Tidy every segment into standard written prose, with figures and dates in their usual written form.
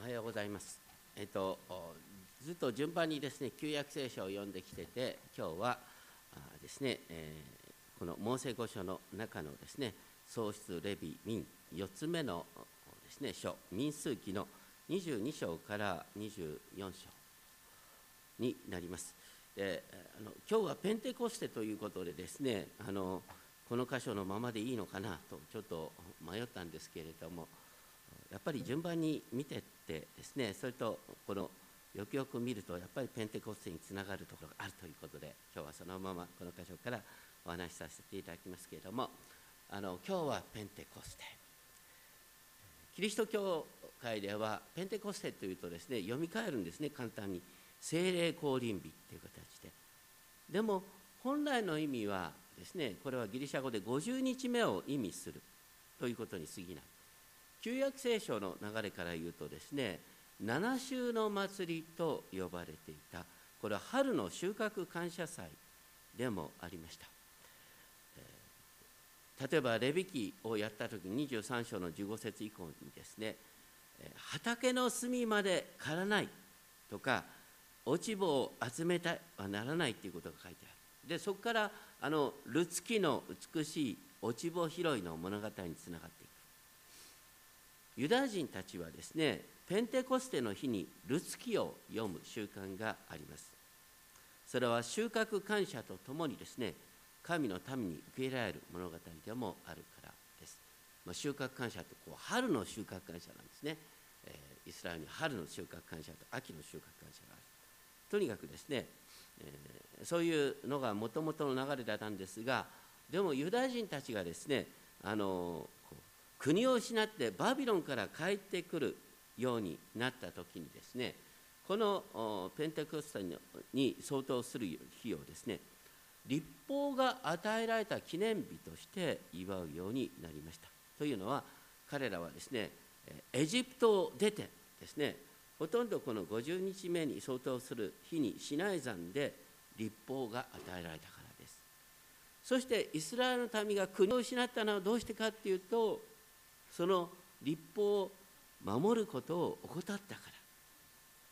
はようございます。ずっと順番にですね、旧約聖書を読んできてて、今日はですね、このモーセ五書の中のですね、創出レビ民4つ目のですね書、民数記の22章から24章になります。で、今日はペンテコステということでですね、この箇所のままでいいのかなとちょっと迷ったんですけれども、やっぱり順番に見てってですね、それとこのよくよく見るとやっぱりペンテコステにつながるところがあるということで、今日はそのままこの箇所からお話しさせていただきますけれども、今日はペンテコステ、キリスト教会ではペンテコステというとですね、読み替えるんですね、簡単に聖霊降臨日という形で。でも本来の意味はですね、これはギリシャ語で50日目を意味するということに過ぎない。旧約聖書の流れから言うとですね、7週の祭りと呼ばれていた、これは春の収穫感謝祭でもありました。例えばレビ記をやった時に23章の15節以降にですね、畑の隅まで刈らないとか、落ち葉を集めてはならないということが書いてある。でそこからルツ記の美しい落ち葉拾いの物語につながっていく。ユダヤ人たちはですね、ペンテコステの日にルツ記を読む習慣があります。それは収穫感謝とともにですね、神の民に受け入れられる物語でもあるからです。収穫感謝って春の収穫感謝なんですね。イスラエルに春の収穫感謝と秋の収穫感謝がある。とにかくですね、そういうのがもともとの流れだったんですが、でもユダヤ人たちがですね、国を失ってバビロンから帰ってくるようになった時にですね、このペンテコステに相当する日をですね、律法が与えられた記念日として祝うようになりました。というのは、彼らはですね、エジプトを出てですね、ほとんどこの50日目に相当する日にシナイ山で律法が与えられたからです。そしてイスラエルの民が国を失ったのはどうしてかっていうと、その律法を守ることを怠ったから。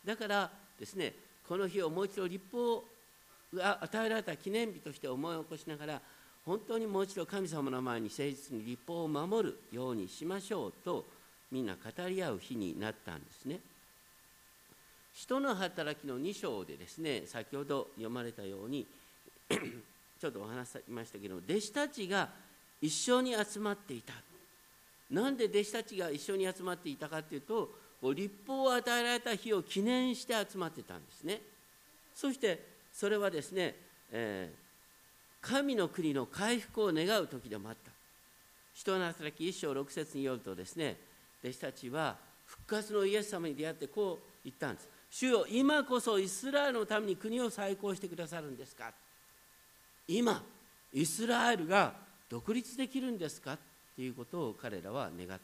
だからですね、この日をもう一度律法が与えられた記念日として思い起こしながら、本当にもう一度神様の前に誠実に律法を守るようにしましょうと、みんな語り合う日になったんですね。使徒の働きの2章でですね、先ほど読まれたようにちょっとお話しましたけど、弟子たちが一緒に集まっていた。なんで弟子たちが一緒に集まっていたかというと、律法を与えられた日を記念して集まってたんですね。そしてそれはですね、神の国の回復を願う時でもあった。使徒の働き1章6節によるとですね、弟子たちは復活のイエス様に出会ってこう言ったんです。主よ、今こそイスラエルのために国を再興してくださるんですか。今イスラエルが独立できるんですかということを彼らは願った。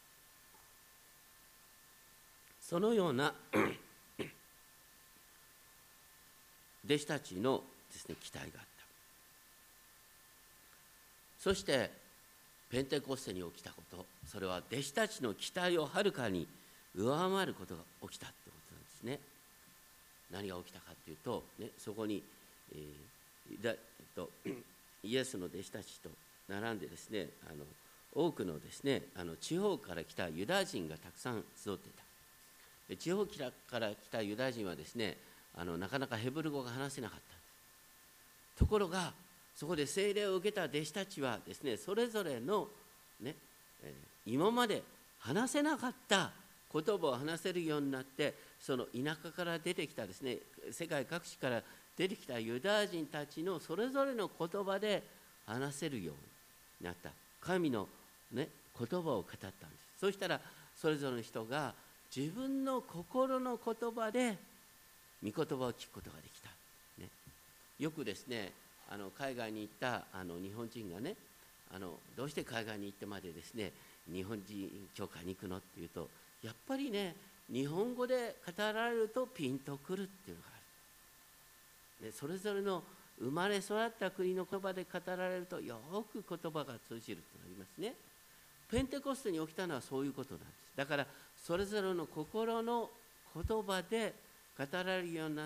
そのような弟子たちのですね、期待があった。そしてペンテコステに起きたこと、それは弟子たちの期待をはるかに上回ることが起きたということなんですね。何が起きたかというと、そこに、イエスの弟子たちと並んでですね、多くのですね、地方から来たユダヤ人がたくさん集っていた。で地方から来たユダヤ人はですね、なかなかヘブル語が話せなかった。ところがそこで聖霊を受けた弟子たちはですね、それぞれの、今まで話せなかった言葉を話せるようになって、その田舎から出てきたですね、世界各地から出てきたユダヤ人たちのそれぞれの言葉で話せるようになった。神の、言葉を語ったんです。そしたらそれぞれの人が自分の心の言葉で御言葉を聞くことができた。よくですね、海外に行った日本人がね、どうして海外に行ってまでですね、日本人教会に行くのっていうと、やっぱりね、日本語で語られるとピンとくるっていうのがある。でそれぞれの生まれ育った国の言葉で語られると、よく言葉が通じるとなりますね。ペンテコステに起きたのはそういうことなんです。だからそれぞれの心の言葉で語られるようになって、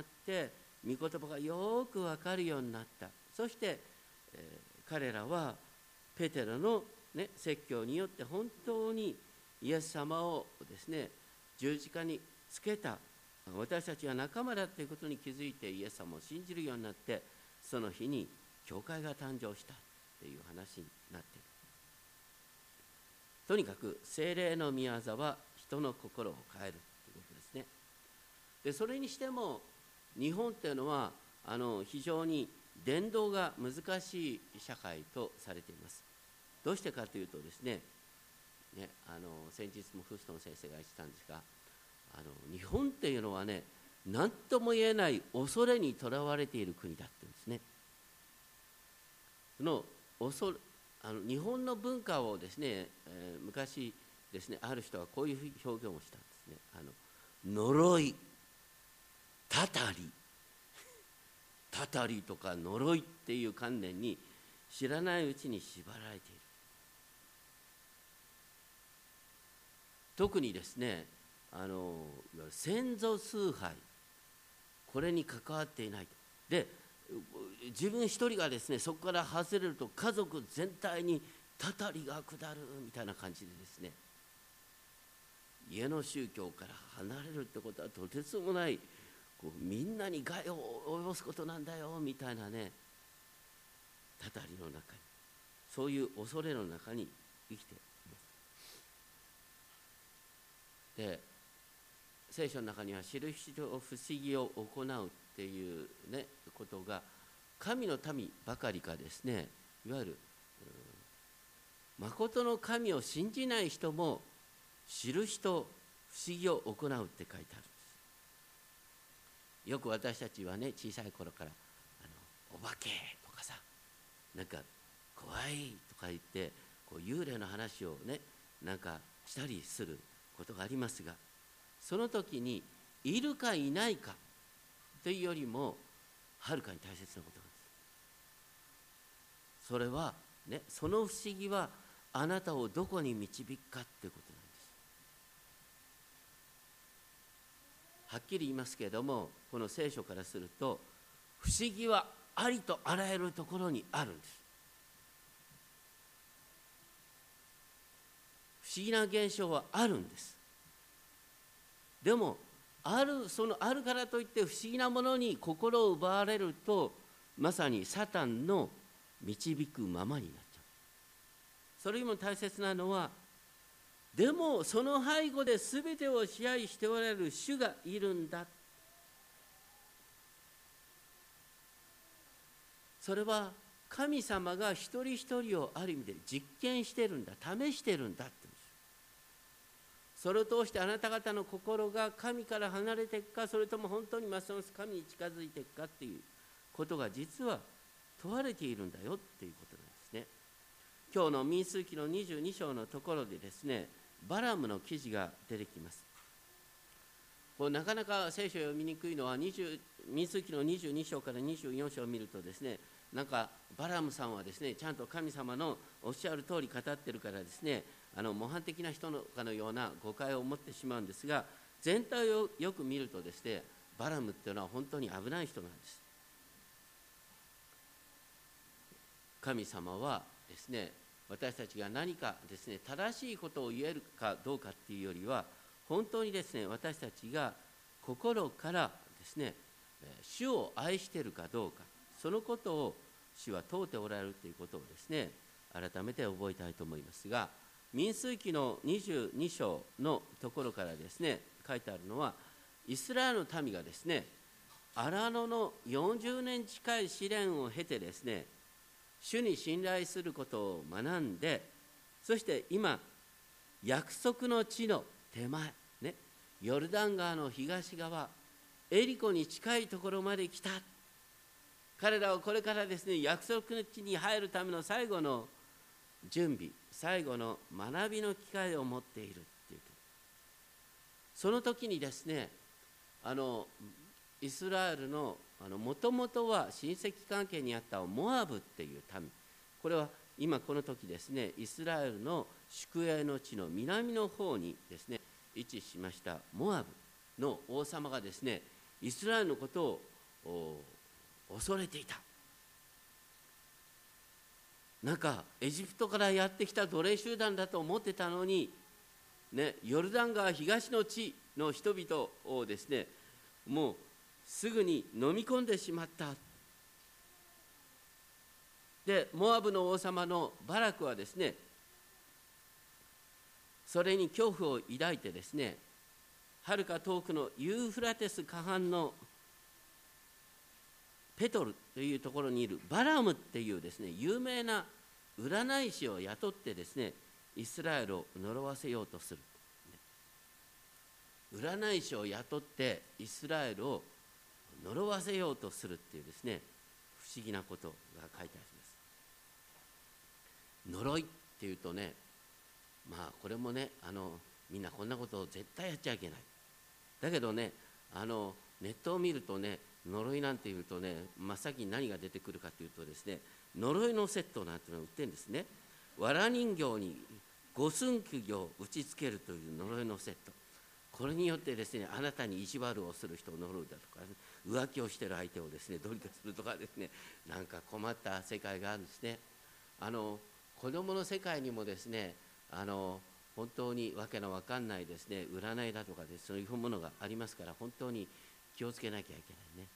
御言葉がよく分かるようになった。そして、彼らはペテロの、説教によって本当にイエス様をですね、十字架につけた、私たちは仲間だということに気づいてイエス様を信じるようになって、その日に教会が誕生したという話になっている。とにかく聖霊の御業は人の心を変えるということですね。でそれにしても日本というのは非常に伝道が難しい社会とされています。どうしてかというとですね、先日もフストン先生が言ってたんですが、日本っていうのはね、何とも言えない恐れにとらわれている国だって言うんですね。その日本の文化をですね、昔ですね、ある人はこういう表現をしたんですね。呪い、たたりとか呪いっていう観念に知らないうちに縛られている。特にですね、先祖崇拝、これに関わっていないと。で自分一人がですね、そこから外れると家族全体にたたりが下るみたいな感じでですね、家の宗教から離れるってことはとてつもないみんなに害を及ぼすことなんだよみたいなね、たたりの中に、そういう恐れの中に生きています。で聖書の中には印と不思議を行うっていうねことが神の民ばかりかですね、いわゆる誠の神を信じない人も印と不思議を行うって書いてあるんです。よく私たちはね、小さい頃からお化けとかさ、なんか怖いとか言って幽霊の話をねなんかしたりすることがありますが、その時にいるかいないかというよりもはるかに大切なことなんです。それはね、その不思議はあなたをどこに導くかっていうことなんです。はっきり言いますけれども、この聖書からすると不思議はありとあらゆるところにあるんです。不思議な現象はあるんです。でもあるからといって不思議なものに心を奪われると、まさにサタンの導くままになっちゃう。それよりも大切なのは、でもその背後で全てを支配しておられる主がいるんだ。それは神様が一人一人をある意味で実験してるんだ、試してるんだって。それを通してあなた方の心が神から離れていくか、それとも本当にますます神に近づいていくかっていうことが実は問われているんだよっていうことなんですね。今日の民数記の22章のところでですね、バラムの記事が出てきます。なかなか聖書を読みにくいのは民数記の22章から24章を見るとですね、なんかバラムさんはですね、ちゃんと神様のおっしゃる通り語ってるからですね、模範的な人のかのような誤解を持ってしまうんですが、全体をよく見るとですね、バラムっていうのは本当に危ない人なんです。神様はですね、私たちが何かですね、正しいことを言えるかどうかっていうよりは、本当にですね、私たちが心からですね、主を愛しているかどうか、そのことを主は問うておられるということをですね、改めて覚えたいと思いますが、民数記の22章のところからですね、書いてあるのは、イスラエルの民がですね、荒野の40年近い試練を経てですね、主に信頼することを学んで、そして今約束の地の手前ね、ヨルダン川の東側、エリコに近いところまで来た。彼らはこれからですね、約束の地に入るための最後の準備、最後の学びの機会を持っているっていう。その時にですね、イスラエルのもともとは親戚関係にあったモアブっていう民、これは今この時ですね、イスラエルの宿営の地の南の方にですね位置しましたモアブの王様がですね、イスラエルのことを恐れていた。なんかエジプトからやってきた奴隷集団だと思ってたのに、ね、ヨルダン川東の地の人々をですね、もうすぐに飲み込んでしまった。でモアブの王様のバラクはですね、それに恐怖を抱いてですね、はるか遠くのユーフラテス河畔のペトルというところにいるバラムっていうですね、有名な占い師を雇ってですね、イスラエルを呪わせようとする。占い師を雇ってイスラエルを呪わせようとするっていうですね、不思議なことが書いてあります。呪いっていうとね、まあこれもね、みんなこんなことを絶対やっちゃいけない。だけどね、ネットを見るとね、呪いなんていうとね、真っ先に何が出てくるかというとですね、呪いのセットなんていうのを売ってるんですね。藁人形に五寸釘を打ちつけるという呪いのセット。これによってですね、あなたに意地悪をする人を呪うだとか、浮気をしている相手をですね、どうにかするとかですね、なんか困った世界があるんですね。子供の世界にもですね、本当にわけのわかんないですね、占いだとかでそういうものがありますから、本当に気をつけなきゃいけないね。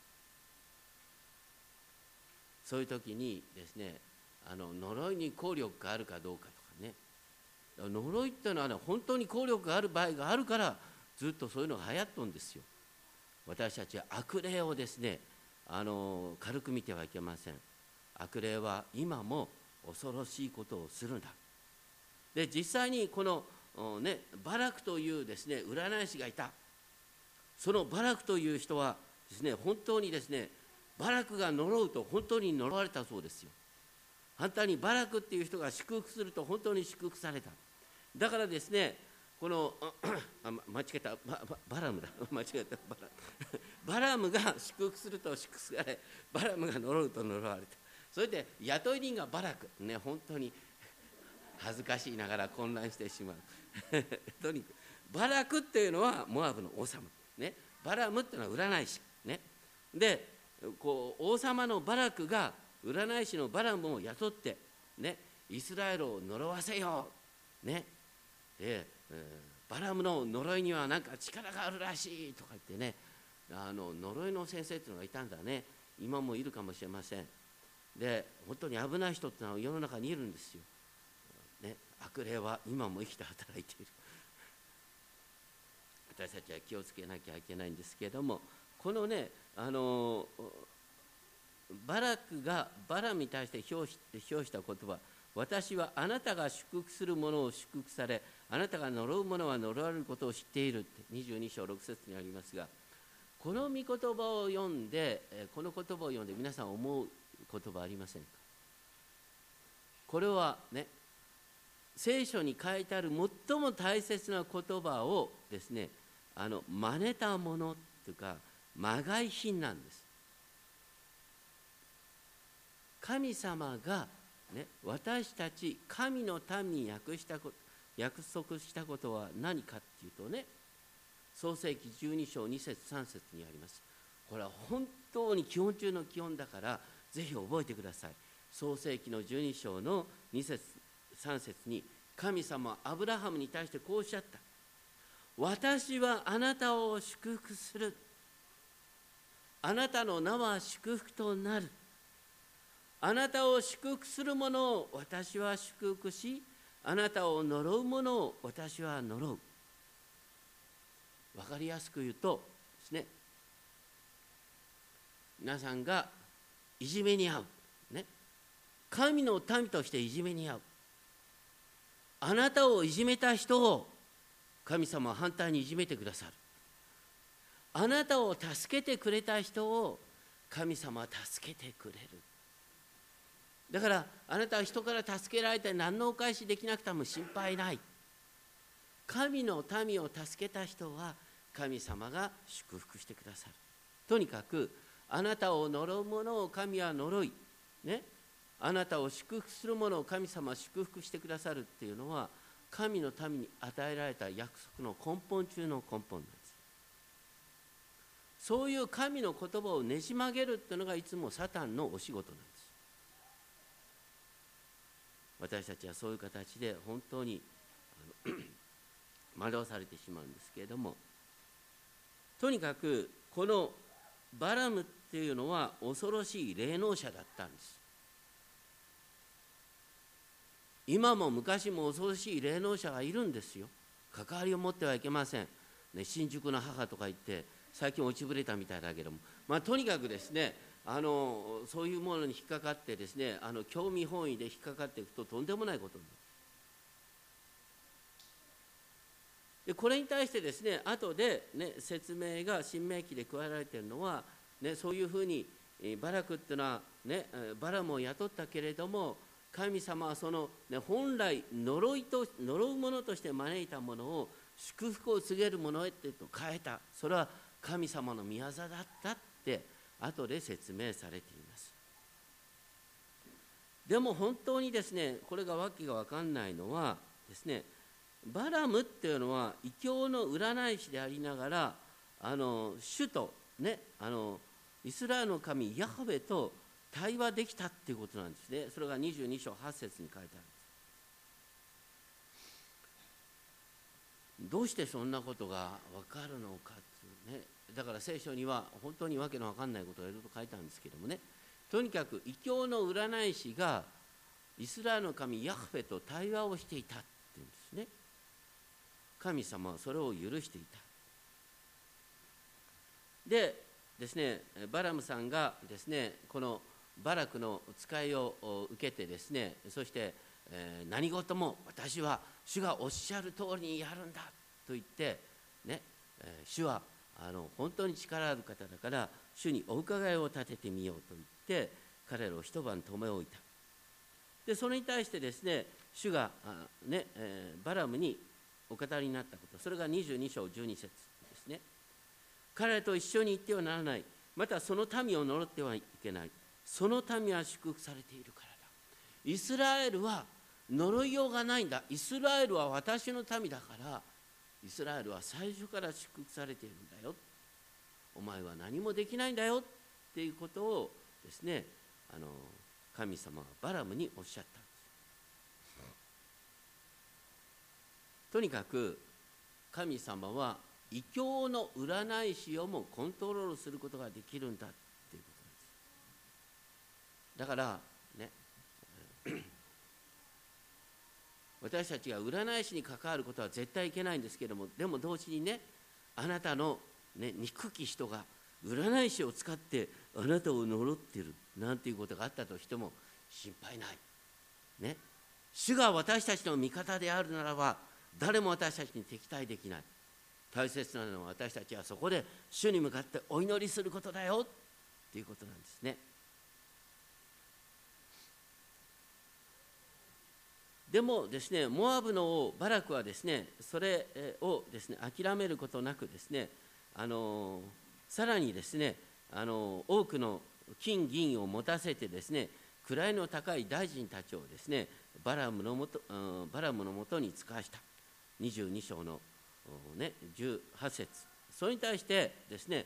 そういう時にですね、呪いに効力があるかどうかとかね、呪いっていうのは、ね、本当に効力がある場合があるからずっとそういうのが流行っとるんですよ。私たちは悪霊をですね、軽く見てはいけません。悪霊は今も恐ろしいことをするんだ。で実際にこの、ね、バラクというですね占い師がいた。そのバラクという人はですね、本当にですね、バラクが呪うと本当に呪われたそうですよ。反対にバラクっていう人が祝福すると本当に祝福された。だからですね、この間違えた、バラムだ、間違えた、バラムが祝福すると祝福され、バラムが呪うと呪われた。それで雇い人がバラクね、本当に恥ずかしいながら混乱してしまうとにかくバラクっていうのはモアブの王様ね、バラムっていうのは占い師ね。でこう王様のバラクが占い師のバラムを雇ってね、イスラエルを呪わせようね。で、バラムの呪いにはなんか力があるらしいとか言ってね、呪いの先生っていうのがいたんだね。今もいるかもしれません。で本当に危ない人ってのは世の中にいるんですよ、ね、悪霊は今も生きて働いている。私たちは気をつけなきゃいけないんですけれども、このね、バラクがバラムに対して表した言葉、私はあなたが祝福する者を祝福され、あなたが呪う者は呪われることを知っているって22章6節にありますが、この御言葉を読んで、皆さん思う言葉ありませんか？これはね、聖書に書いてある最も大切な言葉をですね、真似たものというかまがい品なんです。神様が、ね、私たち神の民に約束したことは何かっていうとね、創世記12章2節3節にあります。これは本当に基本中の基本だからぜひ覚えてください。創世記の12章の2節3節に神様はアブラハムに対してこうおっしゃった。私はあなたを祝福する。あなたの名は祝福となる。あなたを祝福する者を私は祝福し、あなたを呪う者を私は呪う。わかりやすく言うとですね、皆さんがいじめに遭う、ね、神の民としていじめに遭う。あなたをいじめた人を神様は反対にいじめてくださる。あなたを助けてくれた人を神様は助けてくれる。だからあなたは人から助けられて何のお返しできなくても心配ない。神の民を助けた人は神様が祝福してくださる。とにかくあなたを呪う者を神は呪い、ね、あなたを祝福する者を神様は祝福してくださるっていうのは神の民に与えられた約束の根本中の根本なんです。そういう神の言葉をねじ曲げるっていうのがいつもサタンのお仕事なんです。私たちはそういう形で本当に惑わされてしまうんですけれども、とにかくこのバラムっていうのは恐ろしい霊能者だったんです。今も昔も恐ろしい霊能者がいるんですよ。関わりを持ってはいけません、ね、新宿の母とか言って最近落ちぶれたみたいだけども、とにかくですね、そういうものに引っかかってですね、興味本位で引っかかっていくととんでもないことになる。でこれに対してですね、後で、ね、説明が新明記で加えられているのは、ね、そういうふうにバラクっていうのは、ね、バラムを雇ったけれども、神様はその、ね、本来呪うものとして招いたものを祝福を告げるものへと変えた。それは神様の御業だったって後で説明されています。でも本当にですね、これが訳が分かんないのはですね、バラムっていうのは異教の占い師でありながら、主とね、イスラエルの神ヤハウェと対話できたっていうことなんですね。それが22章8節に書いてあるんです。どうしてそんなことが分かるのかっていうね。だから聖書には本当にわけの分かんないことがいろいろ書いてあるんですけどもね、とにかく異教の占い師がイスラエルの神ヤハウェと対話をしていたっていうんですね。神様はそれを許していた。でですね、バラムさんがですね、このバラクの使いを受けてですね、そして、何事も私は主がおっしゃる通りにやるんだと言って、ね、主は本当に力ある方だから主にお伺いを立ててみようと言って彼らを一晩留め置いた。でそれに対してですね、主がバラムにお語りになったこと、それが22章12節ですね。彼らと一緒に行ってはならない、またその民を呪ってはいけない、その民は祝福されているからだ。イスラエルは呪いようがないんだ。イスラエルは私の民だから、イスラエルは最初から祝福されているんだよ。お前は何もできないんだよっていうことをですね、神様はバラムにおっしゃったんです。とにかく神様は異教の占い師をもコントロールすることができるんだっていうことなんです。だからね私たちが占い師に関わることは絶対いけないんですけども、でも同時にね、あなたの、ね、憎き人が占い師を使ってあなたを呪っているなんていうことがあったとしても心配ない、ね、主が私たちの味方であるならば誰も私たちに敵対できない。大切なのは私たちはそこで主に向かってお祈りすることだよっていうことなんですね。でもですね、モアブの王バラクはですね、それをですね諦めることなくですね、さらにですね、多くの金銀を持たせてですね、位の高い大臣たちをですね、バラムのもとに使わした。22章の、ね、18節。それに対してですね、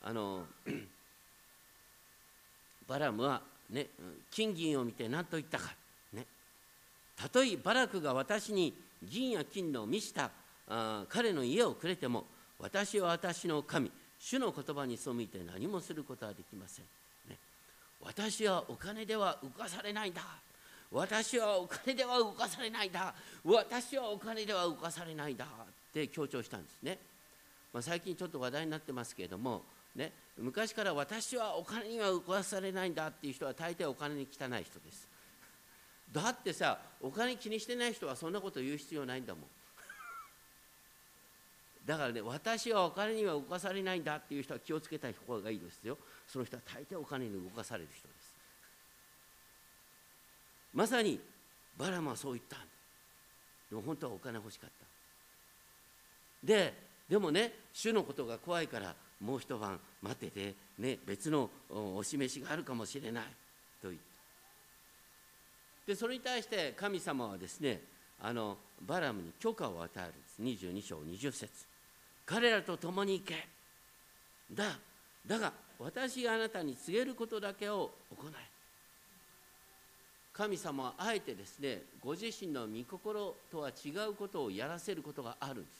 バラムは、ね、金銀を見て何と言ったか。たとえバラクが私に銀や金の満ちた彼の家をくれても、私は私の神主の言葉に背いて何もすることはできません、ね、私はお金では動かされないんだ。私はお金では動かされないんだ。私はお金では動かされないんだって強調したんですね。最近ちょっと話題になってますけれども、ね、昔から私はお金には動かされないんだっていう人は大抵お金に汚い人です。だってさ、お金気にしてない人はそんなこと言う必要ないんだもんだからね、私はお金には動かされないんだっていう人は気をつけた方がいいですよ。その人は大抵お金に動かされる人です。まさにバラムはそう言ったんだ。でも本当はお金欲しかった。でもね、主のことが怖いからもう一晩待ってて、ね、別のお示しがあるかもしれないと言った。でそれに対して神様はですね、 バラムに許可を与えるんです。22章20節。彼らと共に行け。だが私があなたに告げることだけを行え。神様はあえてですね、ご自身の御心とは違うことをやらせることがあるんです。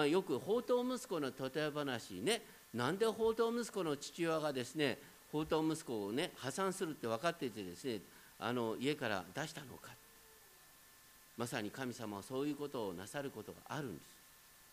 よく放蕩息子の例え話ね、なんで放蕩息子の父親がですね、放蕩息子をね破産するって分かっていてですね、家から出したのか。まさに神様はそういうことをなさることがあるんです。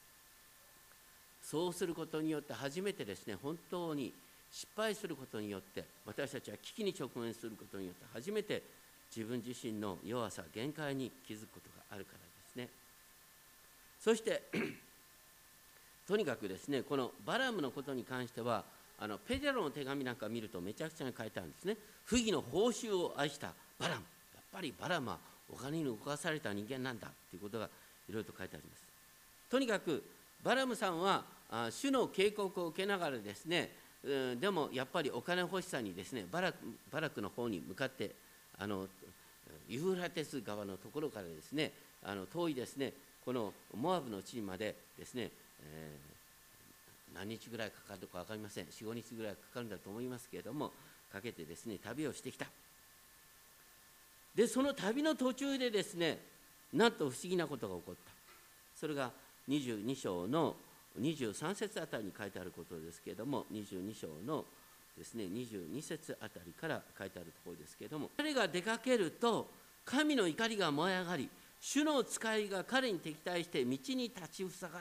そうすることによって初めてですね、本当に失敗することによって、私たちは危機に直面することによって初めて自分自身の弱さ限界に気づくことがあるからですね。そしてとにかくですね、このバラムのことに関してはペテロの手紙なんか見るとめちゃくちゃに書いてあるんですね。不義の報酬を愛したバラム、やっぱりバラムはお金に動かされた人間なんだということがいろいろと書いてあります。とにかくバラムさんは主の警告を受けながらですね、でもやっぱりお金欲しさにですね、バラクの方に向かってユーフラテス川のところからですね、遠いですね、このモアブの地までですね、何日ぐらいかかるか分かりません。4、5日ぐらいかかるんだと思いますけれども、かけてですね旅をしてきた。でその旅の途中でですね、なんと不思議なことが起こった。それが22章の23節あたりに書いてあることですけれども、22章のですね22節あたりから書いてあるところですけれども、彼が出かけると神の怒りが燃え上がり、主の使いが彼に敵対して道に立ちふさがった。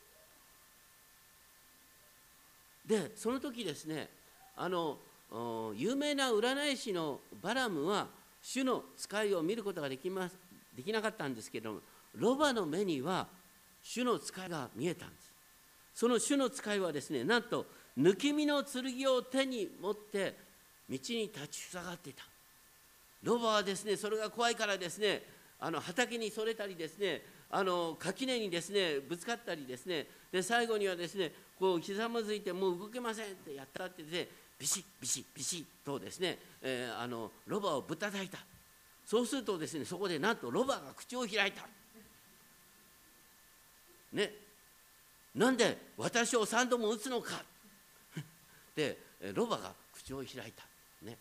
でその時ですね、有名な占い師のバラムは主の使いを見ることができなかったんですけれども、ロバの目には主の使いが見えたんです。その主の使いはですね、なんと抜き身の剣を手に持って道に立ちふさがっていた。ロバはですね、それが怖いからですね、畑にそれたりですね、垣根にですねぶつかったりですね、で最後にはですね、こうひざまずいてもう動けませんってやったってですね、ビシッビシッビシッとですね、ロバをぶったたいた。そうするとですね、そこでなんとロバが口を開いた。ね、なんで私を3度も撃つのかでロバが口を開いた。ね、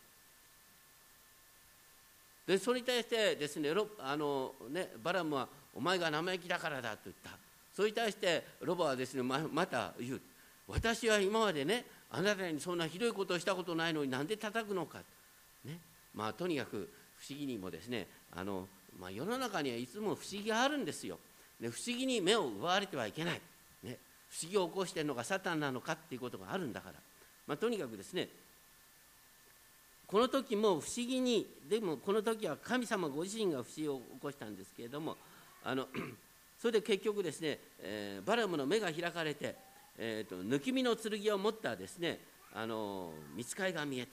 でそれに対してですね、バラムはお前が生意気だからだと言った。それに対してロバはですね また言う。私は今までね、あなたにそんなひどいことをしたことないのになんで叩くのか、ね、とにかく不思議にもですね、世の中にはいつも不思議があるんですよ。で不思議に目を奪われてはいけない、ね、不思議を起こしているのがサタンなのかっていうことがあるんだから、とにかくですね、この時も不思議に、でもこの時は神様ご自身が不思議を起こしたんですけれども、それで結局ですね、バラムの目が開かれて、抜き身の剣を持ったですね、御使いが見えた。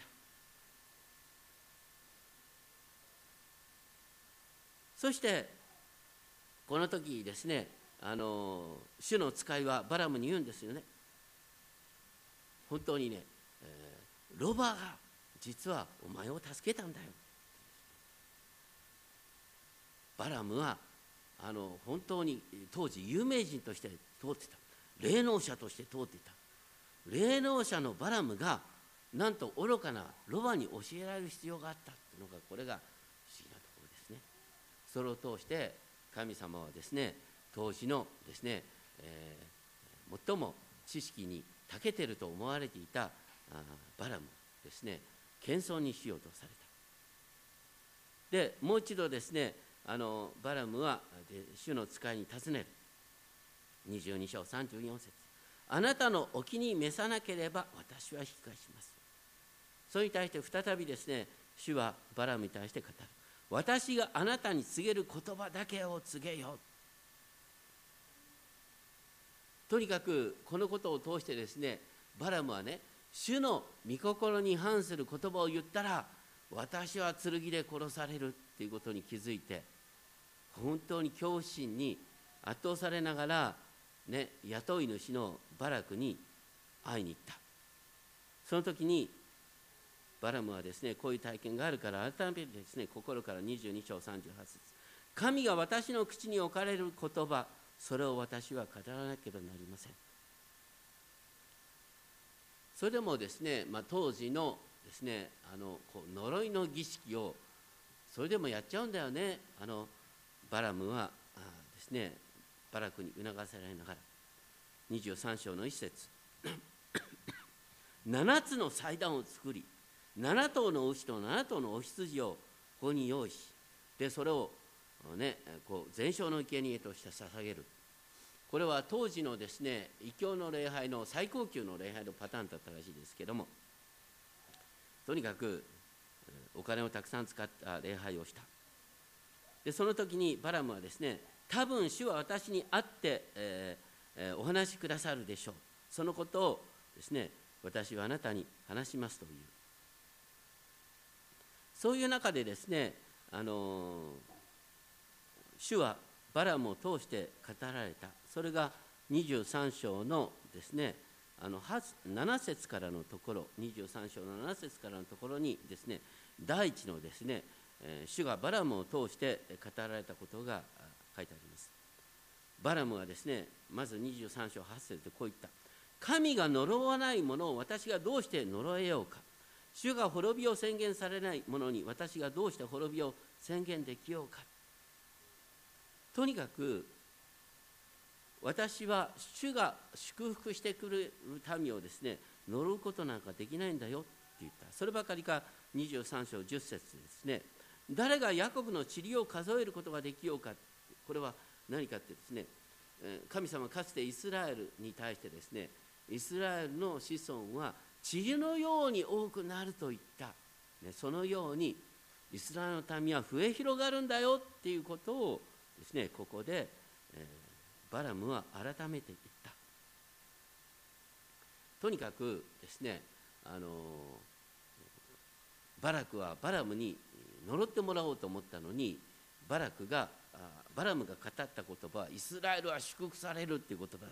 そしてこの時ですね、主の使いはバラムに言うんですよね。本当にね、ロバが実はお前を助けたんだよ。バラムは本当に当時有名人として通ってた。霊能者として通っていた。霊能者のバラムがなんと愚かなロバに教えられる必要があったというのが、これが不思議なところですね。それを通して神様はですね、当時のですね、最も知識に長けていると思われていたバラムですね、謙遜にしようとされた。でもう一度ですね、バラムは主の使いに尋ねる。22章34節、あなたのお気に召さなければ私は引き返します。それに対して再びですね、主はバラムに対して語る。私があなたに告げる言葉だけを告げよ。とにかくこのことを通してですね、バラムはね、主の御心に反する言葉を言ったら私は剣で殺されるっていうことに気づいて、本当に恐怖心に圧倒されながら、ね、雇い主のバラクに会いに行った。その時にバラムはですね、こういう体験があるから改めてですね、心から22章38節、 神が私の口に置かれる言葉、それを私は語らなければなりません。それでもですね、当時のですね、呪いの儀式をそれでもやっちゃうんだよね。バラムはですね、バラクに促されながら、23章の一節7つの祭壇を作り、7頭の牛と7頭のお羊をここに用意し、でそれをね、全焼の生贄として捧げる。これは当時のですね、異教の礼拝の最高級の礼拝のパターンだったらしいですけども、とにかくお金をたくさん使った礼拝をした。でその時にバラムはですね、多分主は私に会って、お話しくださるでしょう。そのことをですね、私はあなたに話しますという。そういう中でですね、主はバラムを通して語られた。それが23章のですね、7節からのところ、23章の7節からのところにですね、第一のですね、主がバラムを通して語られたことが書いてあります。バラムはですね、まず23章8節でこう言った。神が呪わないものを私がどうして呪えようか。主が滅びを宣言されないものに私がどうして滅びを宣言できようか。とにかく私は主が祝福してくれる民をですね、呪うことなんかできないんだよって言った。そればかりか23章10節ですね、誰がヤコブの塵を数えることができようか。これは何かってですね、神様かつてイスラエルに対してですね、イスラエルの子孫は塵のように多くなると言った、そのようにイスラエルの民は増え広がるんだよっていうことをですね、ここで、バラムは改めて言った。とにかくですね、バラクはバラムに呪ってもらおうと思ったのに、バラムが語った言葉はイスラエルは祝福されるっていう言葉だった。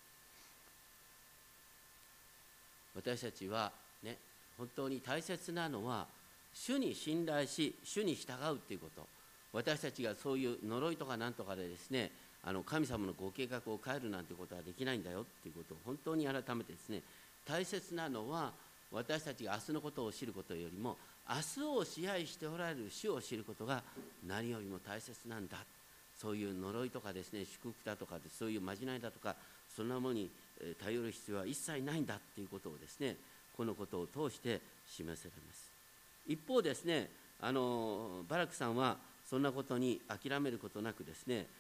私たちはね、本当に大切なのは主に信頼し主に従うっていうこと。私たちがそういう呪いとかなんとかでですね、神様のご計画を変えるなんてことはできないんだよっていうことを本当に改めてですね、大切なのは私たちが明日のことを知ることよりも明日を支配しておられる主を知ることが何よりも大切なんだ。そういう呪いとかですね、祝福だとかそういうまじないだとか、そんなものに頼る必要は一切ないんだっていうことをですね、このことを通して示されます。一方ですね、バラクさんはそんなことに諦めることなくですね、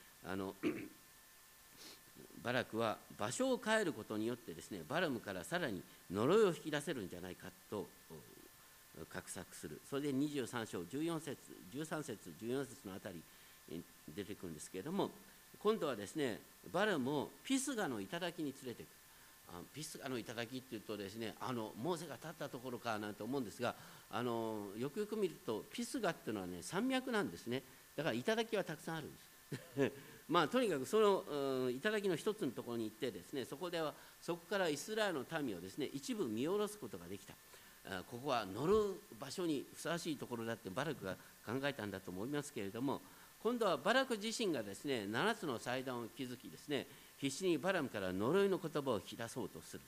バラクは場所を変えることによってですね、バラムからさらに呪いを引き出せるんじゃないかと画策する。それで23章14節13節14節のあたりに出てくるんですけれども、今度はですね、バラムをピスガの頂に連れていく。ピスガの頂っていうとですね、モーセが立ったところかなんて思うんですが、よくよく見るとピスガっていうのはね、山脈なんですね。だから頂はたくさんあるんですとにかくその頂の一つのところに行ってですね、そこからイスラエルの民をですね、一部見下ろすことができた。ここは呪う場所にふさわしいところだってバラクが考えたんだと思いますけれども、今度はバラク自身がですね、7つの祭壇を築きですね、必死にバラムから呪いの言葉を引き出そうとする、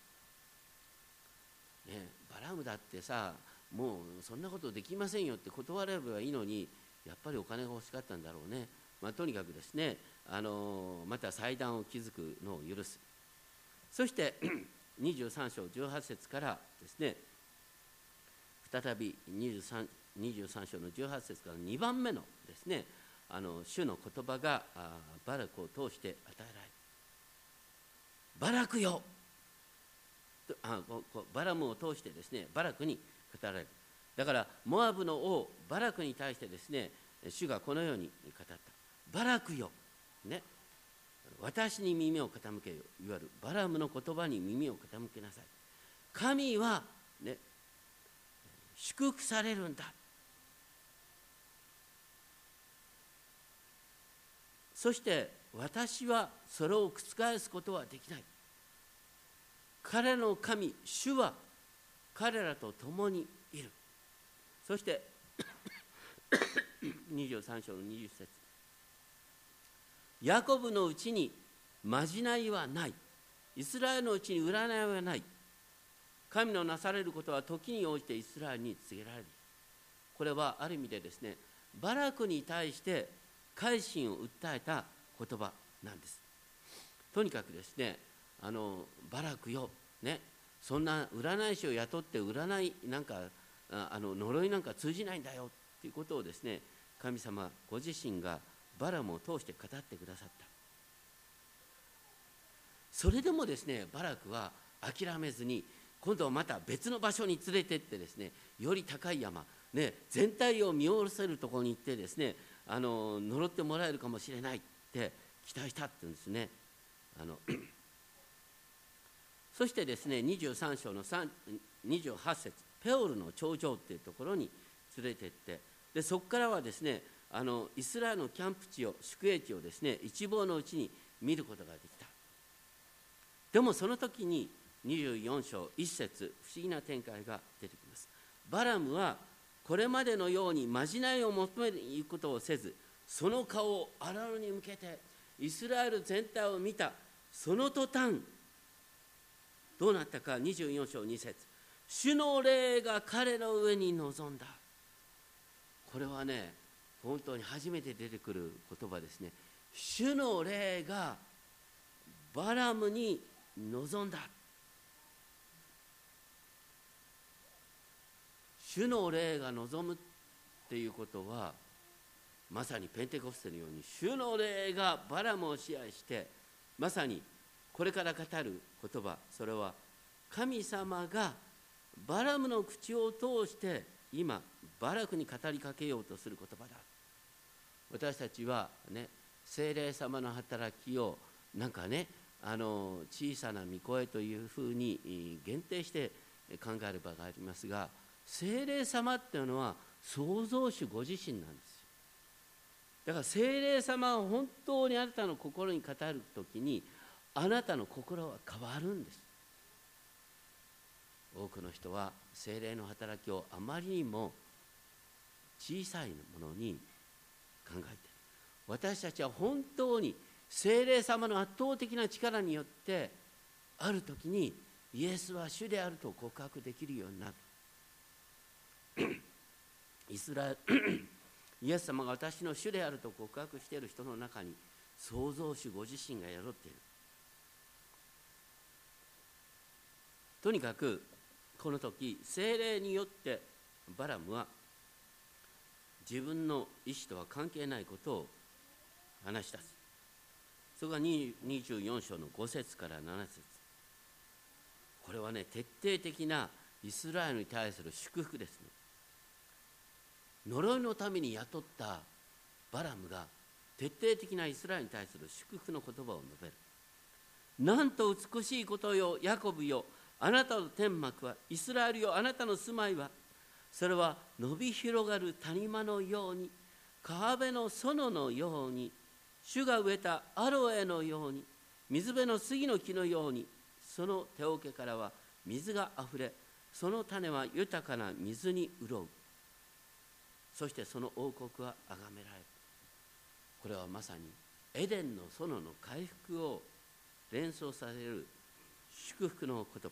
バラムだってさ、もうそんなことできませんよって断ればいいのに、やっぱりお金が欲しかったんだろうね。とにかくですね、また祭壇を築くのを許す。そして23章18節からですね、再び23章の18節から2番目のですね、主の言葉がバラクを通して与えられる。バラクよ、バラムを通してですね、バラクに語られる。だからモアブの王バラクに対してですね、主がこのように語った。バラクよ、ね、私に耳を傾けよ、いわゆるバラムの言葉に耳を傾けなさい。神は、ね、祝福されるんだ。そして私はそれを覆すことはできない。彼の神主は彼らと共にいる。そして23章の20節、 ヤコブのうちにまじないはない、イスラエルのうちに占いはない、神のなされることは時に応じてイスラエルに告げられる。これはある意味でですね、バラクに対して改心を訴えた言葉なんです。とにかくですね、バラクよ、ね、そんな占い師を雇って占いなんか呪いなんか通じないんだよということをですね、神様ご自身がバラムを通して語ってくださった。それでもですね、バラクは諦めずに今度はまた別の場所に連れてってですね、より高い山、ね、全体を見下ろせるところに行ってですね、呪ってもらえるかもしれないって期待したって言うんですね。そしてですね、23章の28節、ペオルの頂上っていうところに連れてって、でそこからはですね、イスラエルのキャンプ地を、宿営地をですね、一望のうちに見ることができた。でもその時に24章1節、不思議な展開が出てきます。バラムはこれまでのようにまじないを求めることをせず、その顔をアラノに向けてイスラエル全体を見た。その途端どうなったか。24章2節、主の霊が彼の上に臨んだ。これはね、本当に初めて出てくる言葉ですね。主の霊がバラムに臨んだ。主の霊が望むっていうことは、まさにペンテコステのように主の霊がバラムを支配して、まさにこれから語る言葉、それは神様がバラムの口を通して今バラクに語りかけようとする言葉だ。私たちはね、聖霊様の働きをなんかね、小さな御声というふうに限定して考える場がありますが、聖霊様っていうのは創造主ご自身なんですよ。だから聖霊様は本当にあなたの心に語るときに、あなたの心は変わるんです。多くの人は聖霊の働きをあまりにも小さいものに考えている。私たちは本当に聖霊様の圧倒的な力によってある時にイエスは主であると告白できるようになる。イエス様が私の主であると告白している人の中に創造主ご自身が宿っている。とにかくこの時聖霊によってバラムは自分の意思とは関係ないことを話し出す。それが24章の5節から7節。これはね、徹底的なイスラエルに対する祝福ですね。呪いのために雇ったバラムが徹底的なイスラエルに対する祝福の言葉を述べる。なんと美しいことよ、ヤコブよ、あなたの天幕は、イスラエルよ、あなたの住まいは、それは伸び広がる谷間のように、川辺の園のように、主が植えたアロエのように、水辺の杉の木のように、その手桶からは水があふれ、その種は豊かな水に潤う。そしてその王国は崇められる。これはまさにエデンの園の回復を連想される祝福の言葉です。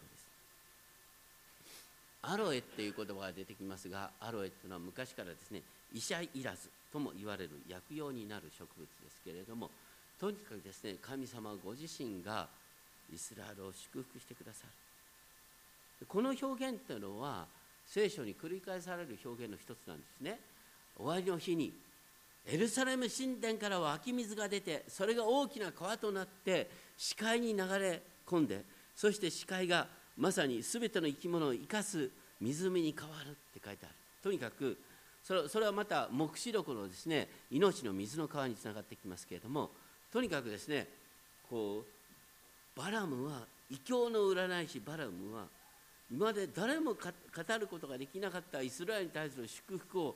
アロエっていう言葉が出てきますが、アロエっていうのは昔からですね、医者いらずとも言われる薬用になる植物ですけれども、とにかくですね、神様ご自身がイスラエルを祝福してくださる。この表現というのは聖書に繰り返される表現の一つなんですね。終わりの日にエルサレム神殿から湧き水が出て、それが大きな川となって視界に流れ込んで、そして視界がまさに全ての生き物を生かす湖に変わるって書いてある。とにかくそれはまた黙示録のですね、命の水の川につながってきますけれども、とにかくですね、バラムは、異教の占い師バラムは今まで誰も語ることができなかったイスラエルに対する祝福を語った。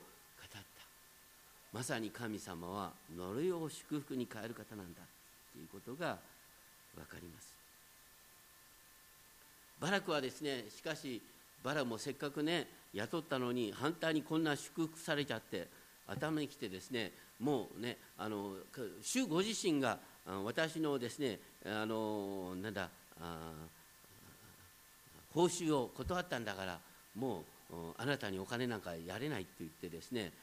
まさに神様は呪いを祝福に変える方なんだということが分かります。バラクはですね、しかしバラムもせっかくね雇ったのに反対にこんな祝福されちゃって、 頭にきてですね、もうね、主ご自身が私のですね、報酬を断ったんだから、もうあなたにお金なんかやれないって言ってですね、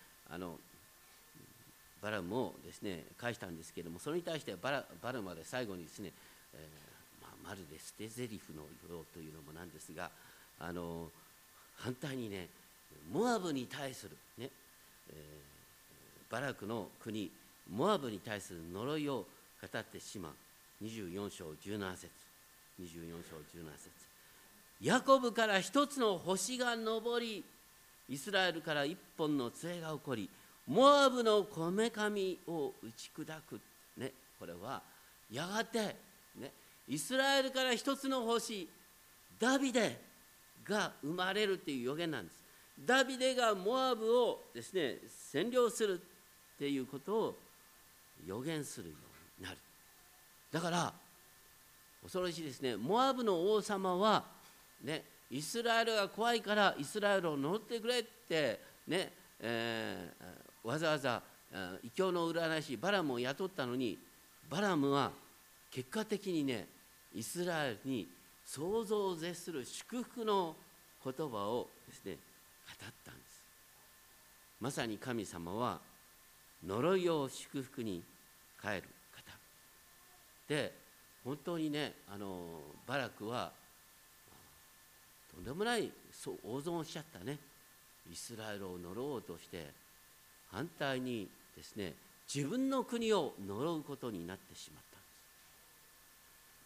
バラムをですね返したんですけれども、それに対してバラムは最後にですね、まるで捨て台詞のようというのもなんですが、反対にね、モアブに対するね、バラクの国モアブに対する呪いを語ってしまう。24章17節、ヤコブから一つの星が昇り、イスラエルから一本の杖が起こり、モアブのこめかみを打ち砕く、ね、これはやがて、ね、イスラエルから一つの星ダビデが生まれるという予言なんです。ダビデがモアブをですね占領するっていうことを予言するようになる。だから恐ろしいですね。モアブの王様はね、イスラエルが怖いからイスラエルを呪ってくれってね、わざわざ異教の占い師バラムを雇ったのに、バラムは結果的にね、イスラエルに想像を絶する祝福の言葉をですね語ったんです。まさに神様は呪いを祝福に変える方で、本当にね、バラクはとんでもない大損をしちゃったね。イスラエルを呪おうとして反対にですね、自分の国を呪うことになってしまったんです。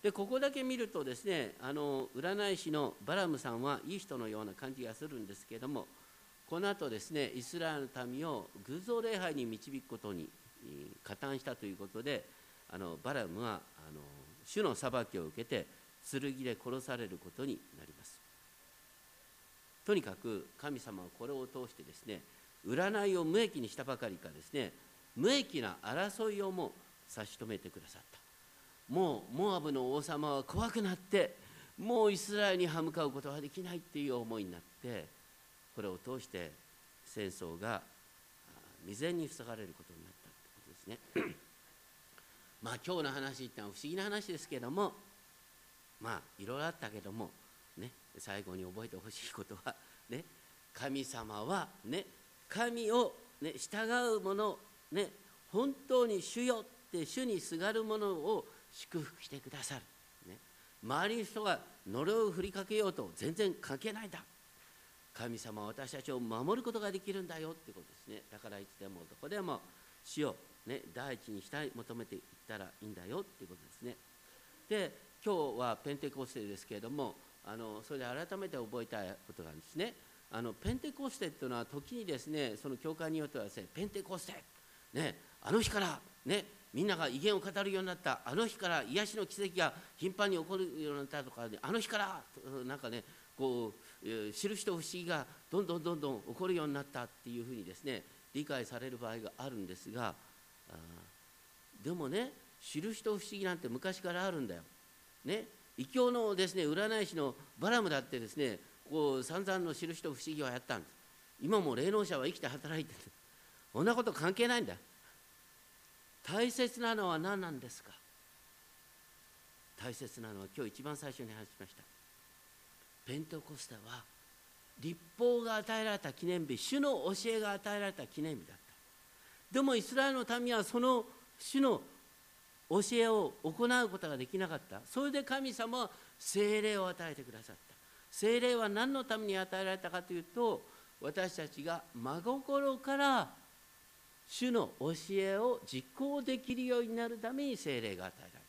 でここだけ見るとですね、占い師のバラムさんはいい人のような感じがするんですけれども、この後ですね、イスラエルの民を偶像礼拝に導くことに加担したということで、バラムは主の裁きを受けて剣で殺されることになります。とにかく神様はこれを通してですね、占いを無益にしたばかりかですね、無益な争いをも差し止めてくださった。もうモアブの王様は怖くなって、もうイスラエルに歯向かうことができないっていう思いになって、これを通して戦争が未然に防がれることになったということですね。まあ今日の話ってのは不思議な話ですけれども、まあいろいろあったけどもね、最後に覚えてほしいことはね、神様はね、神を、ね、従う者ね、本当に主よって主にすがる者を祝福してくださる、ね、周りの人が呪いを振りかけようと全然関係ないんだ。神様は私たちを守ることができるんだよってことですね。だからいつでもどこでも主を、ね、第一にしたい求めていったらいいんだよっていうことですね。で今日はペンテコステですけれども、それで改めて覚えたいことがあるんですね。ペンテコステっていうのは時にですね、その教会によってはですね、ペンテコステ、ね、あの日からね、みんなが威厳を語るようになった、あの日から癒しの奇跡が頻繁に起こるようになったとか、ね、あの日からなんかね、こう印と不思議がどんどん起こるようになったっていうふうにですね理解される場合があるんですが、でもね、印と不思議なんて昔からあるんだよ。ね、異教のですね占い師のバラムだってですね、こう散々の印と不思議をやったんです。今も霊能者は生きて働いてる。そんなこと関係ないんだ。大切なのは何なんですか。大切なのは今日一番最初に話しました。ペンテコステは律法が与えられた記念日、主の教えが与えられた記念日だった。でもイスラエルの民はその主の教えを行うことができなかった。それで神様は聖霊を与えてくださった。聖霊は何のために与えられたかというと、私たちが真心から主の教えを実行できるようになるために聖霊が与えられ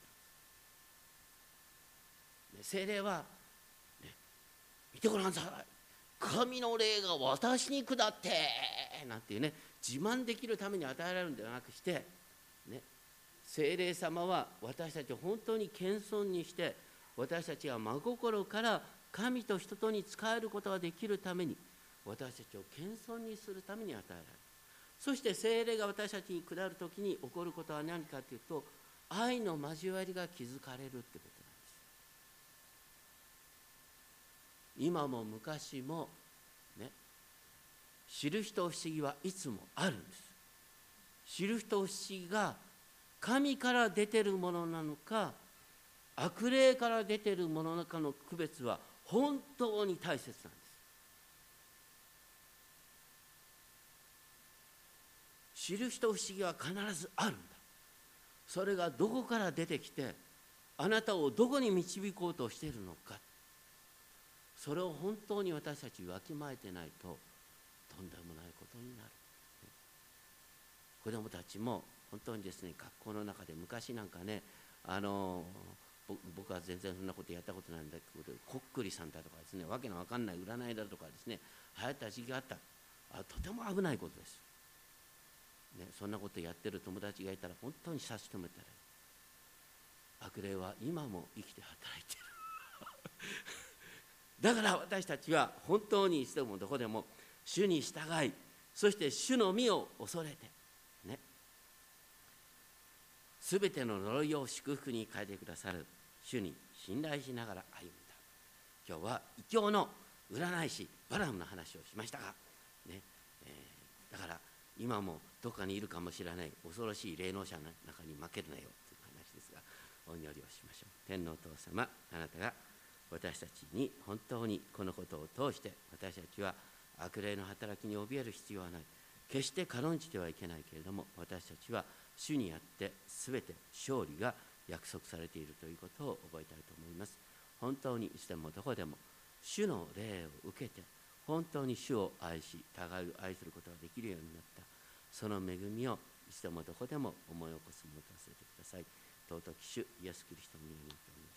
た。聖霊は、ね、見てごらんなさい、神の霊が私に下ってなんていうね、自慢できるために与えられるんではなくして、ね、聖霊様は私たちを本当に謙遜にして、私たちが真心から神と人とに仕えることができるために、私たちを謙遜にするために与えられる。そして聖霊が私たちに下るときに起こることは何かというと、愛の交わりが築かれるってことなんです。今も昔もね、印と不思議はいつもあるんです。 知る人不思議が神から出てるものなのか悪霊から出てるものなのかの区別は本当に大切なんです。知る人不思議は必ずあるんだ。それがどこから出てきてあなたをどこに導こうとしているのか、それを本当に私たちわきまえてないととんでもないことになる。子どもたちも本当にですね、学校の中で昔なんかね、僕は全然そんなことやったことないんだけど、こっくりさんだとかですね、わけのわかんない占いだとかですね、流行った時期があった。とても危ないことです、ね。そんなことやってる友達がいたら本当に差し止めたらいい。悪霊は今も生きて働いているだから私たちは本当にいつでもどこでも主に従い、そして主の御を恐れてね、すべての呪いを祝福に変えてくださる主に信頼しながら歩んだ。今日は異教の占い師バラムの話をしましたが、ねだから今もどこかにいるかもしれない恐ろしい霊能者の中に負けるなよという話ですが、お祈りをしましょう。天のお父様、あなたが私たちに本当にこのことを通して、私たちは悪霊の働きに怯える必要はない、決して軽んじてはいけないけれども、私たちは主にあって全て勝利が約束されているということを覚えたいと思います。本当にいつでもどこでも主の霊を受けて、本当に主を愛し互いを愛することができるようになった、その恵みをいつでもどこでも思い起こすものとさせてください。尊き主イエスキリストの皆によってお願いします。